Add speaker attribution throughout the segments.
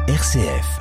Speaker 1: RCF.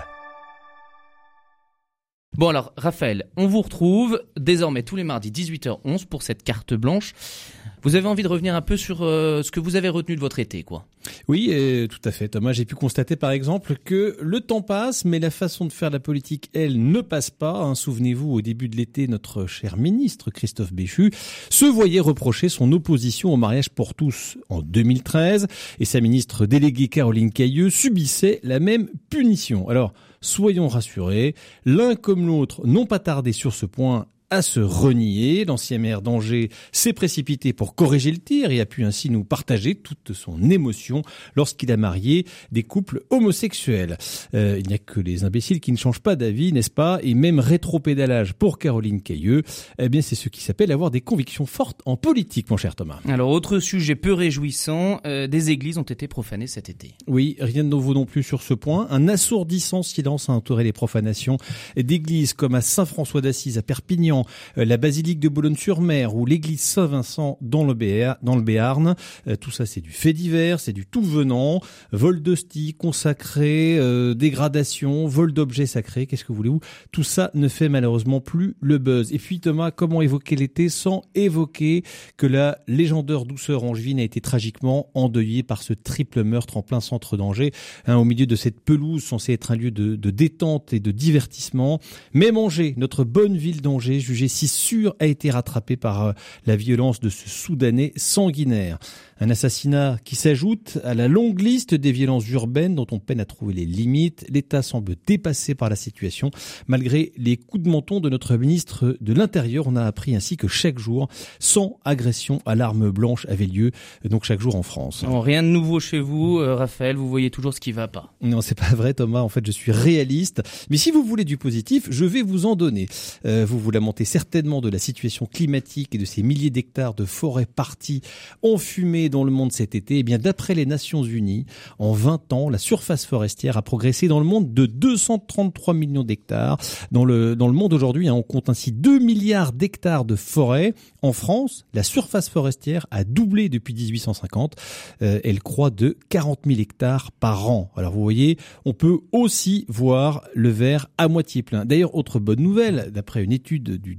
Speaker 2: Bon alors, Raphaël, on vous retrouve désormais tous les mardis 18h11 pour cette carte blanche. Vous avez envie de revenir un peu sur ce que vous avez retenu de votre été, quoi.
Speaker 3: Oui, tout à fait, Thomas. J'ai pu constater, par exemple, que le temps passe, mais la façon de faire la politique, elle, ne passe pas. Souvenez-vous, au début de l'été, notre cher ministre, Christophe Béchu, se voyait reprocher son opposition au mariage pour tous en 2013. Et sa ministre déléguée, Caroline Cayeux, subissait la même punition. Alors, soyons rassurés, l'un comme l'autre n'ont pas tardé sur ce point à se renier. L'ancien maire d'Angers s'est précipité pour corriger le tir et a pu ainsi nous partager toute son émotion lorsqu'il a marié des couples homosexuels. Il n'y a que les imbéciles qui ne changent pas d'avis, n'est-ce pas? Et même rétropédalage pour Caroline Cayeux, eh bien c'est ce qui s'appelle avoir des convictions fortes en politique, mon cher Thomas.
Speaker 2: Alors, autre sujet peu réjouissant, des églises ont été profanées cet été.
Speaker 3: Oui, rien de nouveau non plus sur ce point. Un assourdissant silence a entouré les profanations d'églises comme à Saint-François d'Assise, à Perpignan, la basilique de Boulogne-sur-Mer ou l'église Saint-Vincent dans le Béarn. Tout ça, c'est du fait divers, c'est du tout venant. Vol d'hosties consacrées, dégradation, vol d'objets sacrés, qu'est-ce que voulez-vous? Tout ça ne fait malheureusement plus le buzz. Et puis Thomas, comment évoquer l'été sans évoquer que la légendaire douceur angevine a été tragiquement endeuillée par ce triple meurtre en plein centre d'Angers, au milieu de cette pelouse censée être un lieu de détente et de divertissement. Même Angers, notre bonne ville d'Angers, jugée si sûre, a été rattrapée par la violence de ce Soudanais sanguinaire. Un assassinat qui s'ajoute à la longue liste des violences urbaines dont on peine à trouver les limites. L'État semble dépassé par la situation. Malgré les coups de menton de notre ministre de l'Intérieur, on a appris ainsi que chaque jour, 100 agressions à l'arme blanche avaient lieu, donc chaque jour en France.
Speaker 2: Non, rien de nouveau chez vous, Raphaël, vous voyez toujours ce qui va pas.
Speaker 3: Non, c'est pas vrai, Thomas. En fait, je suis réaliste. Mais si vous voulez du positif, je vais vous en donner. Vous lamentez certainement de la situation climatique et de ces milliers d'hectares de forêts parties enfumées dans le monde cet été. Eh bien, d'après les Nations Unies, en 20 ans, la surface forestière a progressé dans le monde de 233 millions d'hectares. Dans le monde aujourd'hui, on compte ainsi 2 milliards d'hectares de forêts. En France, la surface forestière a doublé depuis 1850. Elle croît de 40 000 hectares par an. Alors, vous voyez, on peut aussi voir le verre à moitié plein. D'ailleurs, autre bonne nouvelle, d'après une étude du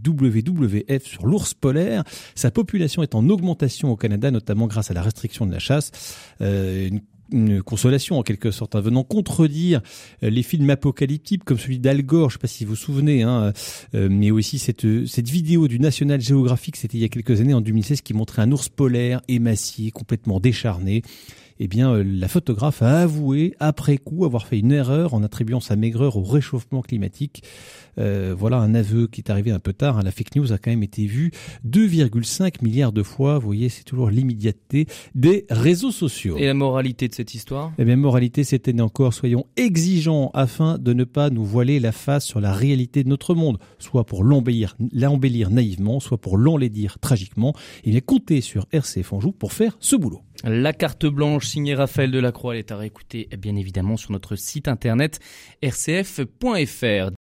Speaker 3: WWF sur l'ours polaire, sa population est en augmentation au Canada, notamment grâce à la restriction de la chasse. Une consolation en quelque sorte, venant contredire les films apocalyptiques comme celui d'Al Gore, je ne sais pas si vous vous souvenez, mais aussi cette vidéo du National Geographic, c'était il y a quelques années, en 2016, qui montrait un ours polaire émacié, complètement décharné. Eh bien, la photographe a avoué, après coup, avoir fait une erreur en attribuant sa maigreur au réchauffement climatique. Voilà un aveu qui est arrivé un peu tard. La fake news a quand même été vue 2,5 milliards de fois. Vous voyez, c'est toujours l'immédiateté des réseaux sociaux.
Speaker 2: Et la moralité de cette histoire?
Speaker 3: Eh bien, moralité, c'était encore, soyons exigeants afin de ne pas nous voiler la face sur la réalité de notre monde, soit pour l'embellir naïvement, soit pour l'enlaidir tragiquement. Et bien, comptez sur RCF Anjou pour faire ce boulot.
Speaker 2: La carte blanche signée Raphaël Delacroix, elle est à réécouter bien évidemment sur notre site internet rcf.fr.